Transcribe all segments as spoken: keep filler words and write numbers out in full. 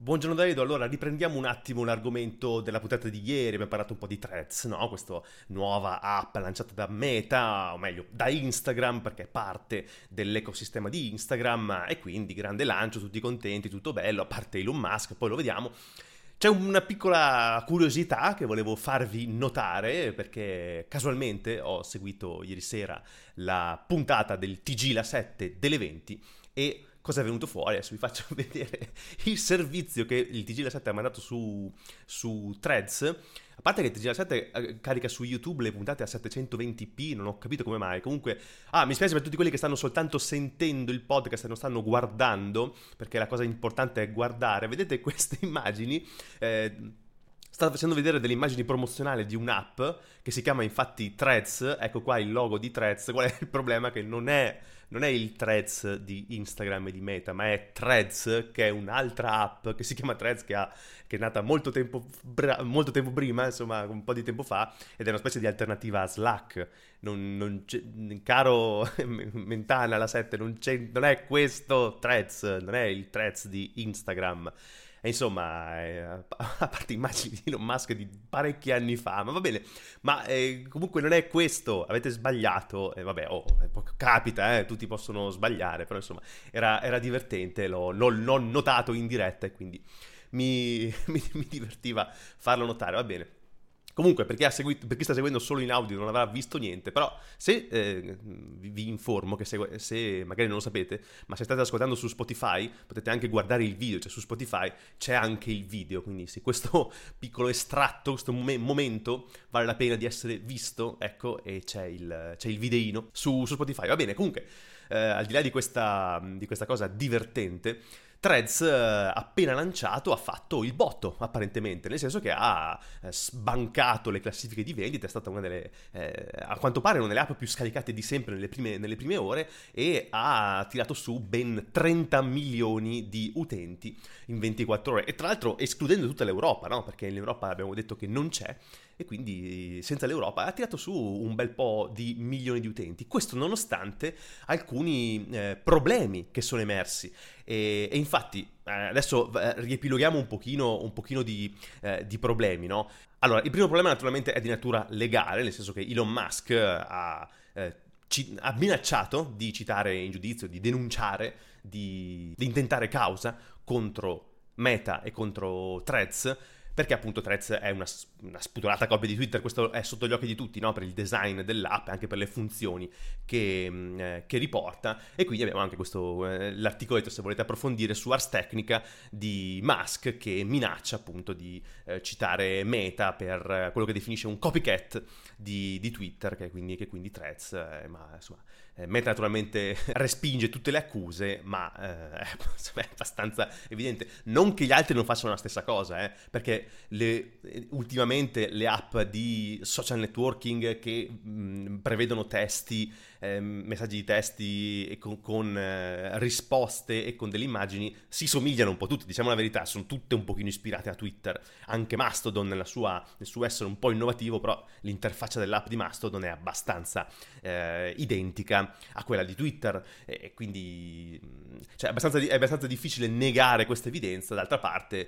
Buongiorno Davido, allora riprendiamo un attimo l'argomento della puntata di ieri, abbiamo parlato un po' di Threads, no? Questa nuova app lanciata da Meta, o meglio da Instagram, perché è parte dell'ecosistema di Instagram e quindi grande lancio, tutti contenti, tutto bello, a parte Elon Musk, poi lo vediamo. C'è una piccola curiosità che volevo farvi notare perché casualmente ho seguito ieri sera la puntata del T G La sette delle venti e cosa è venuto fuori? Adesso vi faccio vedere il servizio che il T G La sette ha mandato su, su Threads. A parte che il T G La sette eh, carica su YouTube le puntate a settecentoventi p, non ho capito come mai. Comunque, ah, mi spiace per tutti quelli che stanno soltanto sentendo il podcast e non stanno guardando, perché la cosa importante è guardare. Vedete queste immagini? Eh, Sta facendo vedere delle immagini promozionali di un'app che si chiama infatti Threads. Ecco qua il logo di Threads. Qual è il problema? Che non è, non è il Threads di Instagram e di Meta, ma è Threads, che è un'altra app che si chiama Threads, che, ha, che è nata molto tempo, bra- molto tempo prima, insomma un po' di tempo fa, ed è una specie di alternativa a Slack. Non, non c'è, caro Mentana la sette, non, c'è, non è questo Threads, non è il Threads di Instagram. E insomma, eh, a parte immagini di Elon Musk di parecchi anni fa, ma va bene, ma eh, comunque non è questo, avete sbagliato, e vabbè, oh, capita, eh, tutti possono sbagliare, però insomma, era, era divertente, l'ho, l'ho, l'ho notato in diretta e quindi mi, mi, mi divertiva farlo notare, va bene. Comunque, per chi, ha seguito, per chi sta seguendo solo in audio non avrà visto niente, però se eh, vi, vi informo che se, se magari non lo sapete, ma se state ascoltando su Spotify potete anche guardare il video, cioè su Spotify c'è anche il video, quindi se questo piccolo estratto, questo mom- momento vale la pena di essere visto, ecco, e c'è il, c'è il videino su, su Spotify, va bene, comunque, eh, al di là di questa, di questa cosa divertente, Threads, eh, appena lanciato, ha fatto il botto, apparentemente, nel senso che ha eh, sbancato le classifiche di vendita, è stata una delle, eh, a quanto pare, una delle app più scaricate di sempre nelle prime, nelle prime ore e ha tirato su ben trenta milioni di utenti in ventiquattro ore. E tra l'altro escludendo tutta l'Europa, no? Perché in Europa abbiamo detto che non c'è, e quindi senza l'Europa ha tirato su un bel po' di milioni di utenti. Questo nonostante alcuni eh, problemi che sono emersi. E, e infatti eh, adesso eh, riepiloghiamo un pochino, un pochino di, eh, di problemi, no? Allora, il primo problema naturalmente è di natura legale, nel senso che Elon Musk ha, eh, ci, ha minacciato di citare in giudizio, di denunciare, di, di intentare causa contro Meta e contro Threads, perché appunto Threads è una, una sputolata copia di Twitter, questo è sotto gli occhi di tutti, no? Per il design dell'app e anche per le funzioni che, eh, che riporta, e quindi abbiamo anche questo, eh, l'articoletto, se volete approfondire, su Ars Technica di Musk, che minaccia appunto di eh, citare Meta per eh, quello che definisce un copycat di, di Twitter, che quindi, che quindi Threads, eh, ma insomma, eh, Meta naturalmente respinge tutte le accuse, ma eh, è abbastanza evidente, non che gli altri non facciano la stessa cosa, eh, perché le, ultimamente le app di social networking che mh, prevedono testi, eh, messaggi di testi e con, con eh, risposte e con delle immagini si somigliano un po' tutte, diciamo la verità, sono tutte un pochino ispirate a Twitter. Anche Mastodon nella sua, nel suo essere un po' innovativo, però l'interfaccia dell'app di Mastodon è abbastanza eh, identica a quella di Twitter, e quindi cioè, è, abbastanza, è abbastanza difficile negare questa evidenza. D'altra parte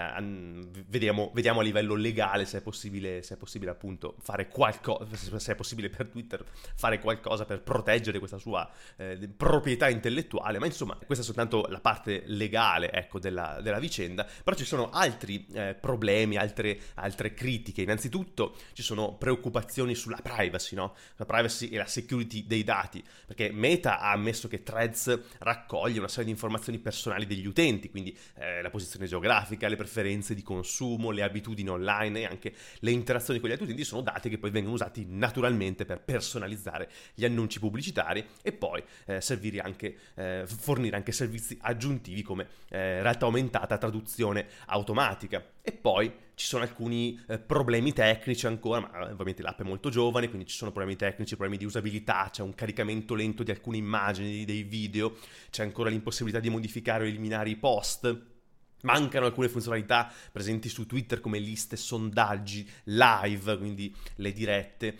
eh, vediamo, vediamo a livello legale se è possibile, se è possibile appunto fare qualcosa, se è possibile per Twitter fare qualcosa per proteggere questa sua eh, proprietà intellettuale, ma insomma questa è soltanto la parte legale, ecco, della, della vicenda. Però ci sono altri eh, problemi, altre, altre critiche. Innanzitutto ci sono preoccupazioni sulla privacy, no? La privacy e la security dei dati, perché Meta ha ammesso che Threads raccoglie una serie di informazioni personali degli utenti, quindi eh, la posizione geografica, le preferenze di consumo, le abitudini online e anche le interazioni con gli altri utenti sono dati che poi vengono usati naturalmente per personalizzare gli annunci pubblicitari e poi eh, servire anche, eh, fornire anche servizi aggiuntivi come eh, realtà aumentata, traduzione automatica. E poi ci sono alcuni eh, problemi tecnici ancora, ma ovviamente l'app è molto giovane, quindi ci sono problemi tecnici, problemi di usabilità, c'è un caricamento lento di alcune immagini, dei video, c'è ancora l'impossibilità di modificare o eliminare i post. Mancano alcune funzionalità presenti su Twitter come liste, sondaggi, live, quindi le dirette.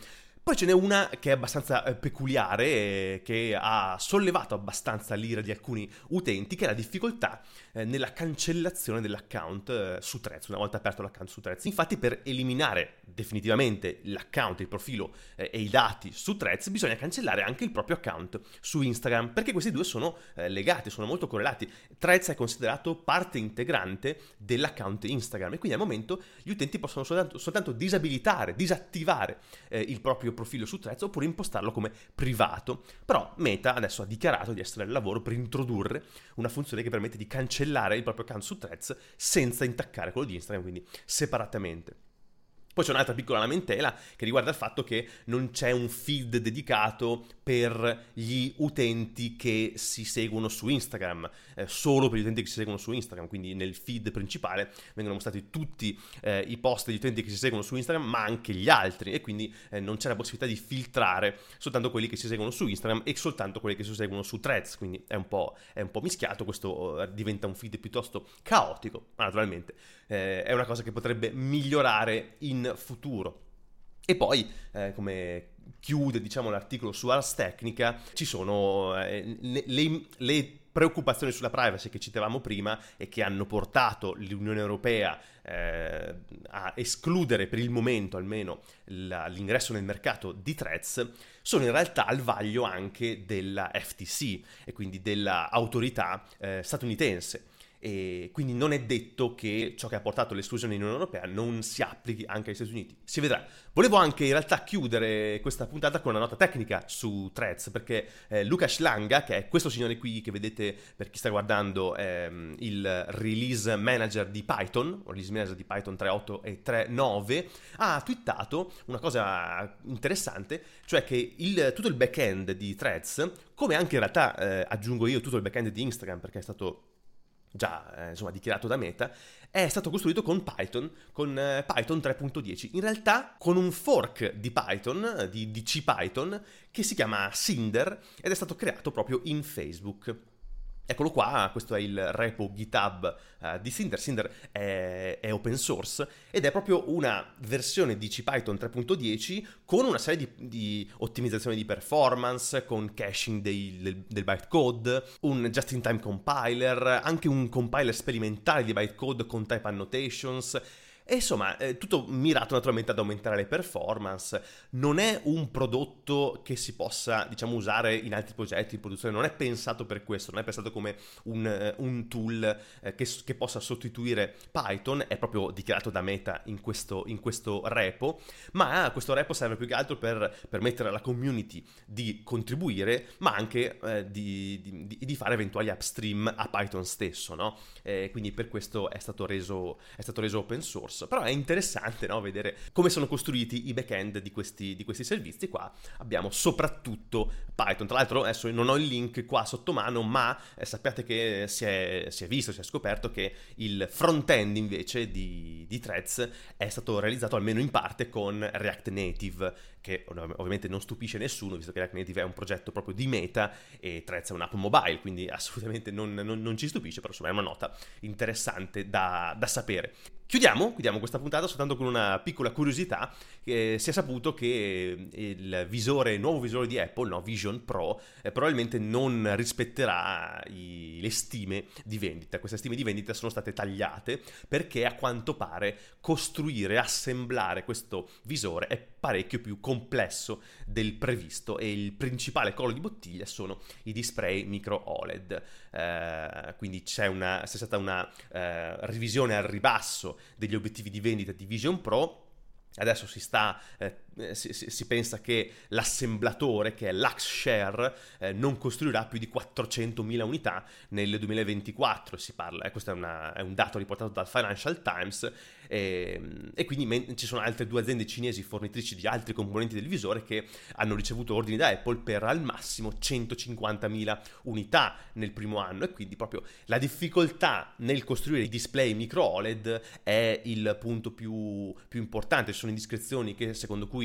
Poi ce n'è una che è abbastanza eh, peculiare, eh, che ha sollevato abbastanza l'ira di alcuni utenti, che è la difficoltà eh, nella cancellazione dell'account eh, su Threads, una volta aperto l'account su Threads. Infatti, per eliminare definitivamente l'account, il profilo eh, e i dati su Threads, bisogna cancellare anche il proprio account su Instagram, perché questi due sono eh, legati, sono molto correlati. Threads è considerato parte integrante dell'account Instagram e quindi al momento gli utenti possono soltanto, soltanto disabilitare, disattivare eh, il proprio profilo su Threads oppure impostarlo come privato. Però Meta adesso ha dichiarato di essere al lavoro per introdurre una funzione che permette di cancellare il proprio account su Threads senza intaccare quello di Instagram, quindi separatamente. Poi c'è un'altra piccola lamentela che riguarda il fatto che non c'è un feed dedicato per gli utenti che si seguono su Instagram, eh, solo per gli utenti che si seguono su Instagram, quindi nel feed principale vengono mostrati tutti eh, i post degli utenti che si seguono su Instagram, ma anche gli altri, e quindi eh, non c'è la possibilità di filtrare soltanto quelli che si seguono su Instagram e soltanto quelli che si seguono su Threads, quindi è un po', è un po' mischiato, questo eh, diventa un feed piuttosto caotico, ma naturalmente eh, è una cosa che potrebbe migliorare in futuro. E poi, eh, come chiude diciamo l'articolo su Ars Technica, ci sono eh, le, le, le preoccupazioni sulla privacy che citavamo prima e che hanno portato l'Unione Europea eh, a escludere per il momento almeno la, l'ingresso nel mercato di Threads, sono in realtà al vaglio anche della F T C e quindi dell'autorità eh, statunitense. E quindi non è detto che ciò che ha portato all'esclusione dell'Unione Europea non si applichi anche agli Stati Uniti. Si vedrà. Volevo anche in realtà chiudere questa puntata con una nota tecnica su Threads, perché eh, Lukasz Langa, che è questo signore qui che vedete per chi sta guardando, ehm, il release manager di Python, o release manager di Python tre punto otto e tre punto nove, ha twittato una cosa interessante, cioè che il, tutto il back-end di Threads, come anche in realtà eh, aggiungo io tutto il back-end di Instagram, perché è stato già eh, insomma dichiarato da Meta, è stato costruito con Python, con eh, Python tre punto dieci, in realtà con un fork di Python, di, di CPython, che si chiama Cinder ed è stato creato proprio in Facebook. Eccolo qua, questo è il repo GitHub uh, di Cinder. Cinder è, è open source ed è proprio una versione di CPython tre punto dieci con una serie di, di ottimizzazioni di performance, con caching dei, del, del bytecode, un just-in-time compiler, anche un compiler sperimentale di bytecode con type annotations. E insomma, è tutto mirato naturalmente ad aumentare le performance. Non è un prodotto che si possa, diciamo, usare in altri progetti in produzione, non è pensato per questo, non è pensato come un, un tool eh, che, che possa sostituire Python, è proprio dichiarato da Meta in questo, in questo repo, ma questo repo serve più che altro per permettere alla community di contribuire, ma anche eh, di, di, di fare eventuali upstream a Python stesso, no? Eh, quindi per questo è stato reso, è stato reso open source. Però è interessante, no, vedere come sono costruiti i back-end di questi, di questi servizi. Qua abbiamo soprattutto Python. Tra l'altro adesso non ho il link qua sotto mano, ma eh, sappiate che si è, si è visto, si è scoperto che il front-end invece di, di Threads è stato realizzato almeno in parte con React Native, che ovviamente non stupisce nessuno, visto che React Native è un progetto proprio di Meta e Threads è un'app mobile, quindi assolutamente non, non, non ci stupisce, però insomma è una nota interessante da, da sapere. Chiudiamo, chiudiamo questa puntata soltanto con una piccola curiosità. Eh, si è saputo che il visore, il nuovo visore di Apple, no, Vision Pro, eh, probabilmente non rispetterà i, le stime di vendita. Queste stime di vendita sono state tagliate perché a quanto pare costruire, assemblare questo visore è parecchio più complesso del previsto e il principale collo di bottiglia sono i display micro O L E D. Eh, quindi c'è, una, c'è stata una eh, revisione al ribasso degli obiettivi di vendita di Vision Pro. Adesso si sta eh, si, si pensa che l'assemblatore, che è Luxshare, eh, non costruirà più di quattrocentomila unità nel duemilaventiquattro, si parla, eh, questo è, una, è un dato riportato dal Financial Times, e, e quindi men- ci sono altre due aziende cinesi fornitrici di altri componenti del visore che hanno ricevuto ordini da Apple per al massimo centocinquantamila unità nel primo anno, e quindi proprio la difficoltà nel costruire i display micro O L E D è il punto più, più importante. Ci sono indiscrezioni che secondo cui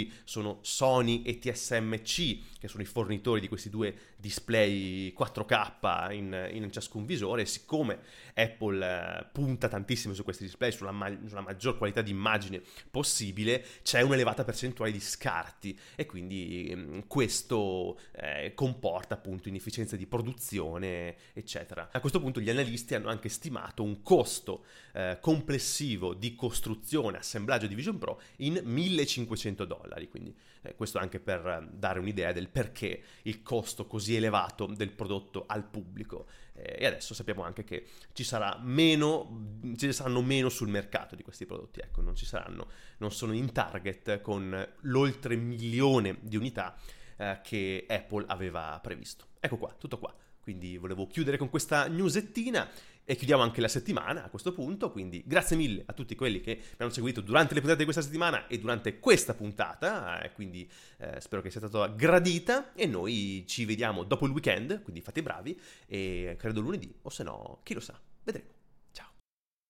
cui sono Sony e T S M C, che sono i fornitori di questi due display quattro K in, in ciascun visore. Siccome Apple eh, punta tantissimo su questi display, sulla, ma- sulla maggior qualità di immagine possibile, c'è un'elevata percentuale di scarti e quindi ehm, questo eh, comporta appunto inefficienza di produzione, eccetera. A questo punto gli analisti hanno anche stimato un costo eh, complessivo di costruzione, assemblaggio di Vision Pro in millecinquecento dollari, quindi eh, questo anche per eh, dare un'idea del perché il costo così elevato del prodotto al pubblico. Eh, e adesso sappiamo anche che ci sarà meno, ce ne saranno meno sul mercato di questi prodotti, ecco, non ci saranno, non sono in target con l'oltre milione di unità eh, che Apple aveva previsto. Ecco qua, tutto qua. Quindi volevo chiudere con questa newsettina e chiudiamo anche la settimana a questo punto, quindi grazie mille a tutti quelli che mi hanno seguito durante le puntate di questa settimana e durante questa puntata, e quindi eh, spero che sia stata gradita e noi ci vediamo dopo il weekend, quindi fate i bravi e credo lunedì o se no, chi lo sa, vedremo.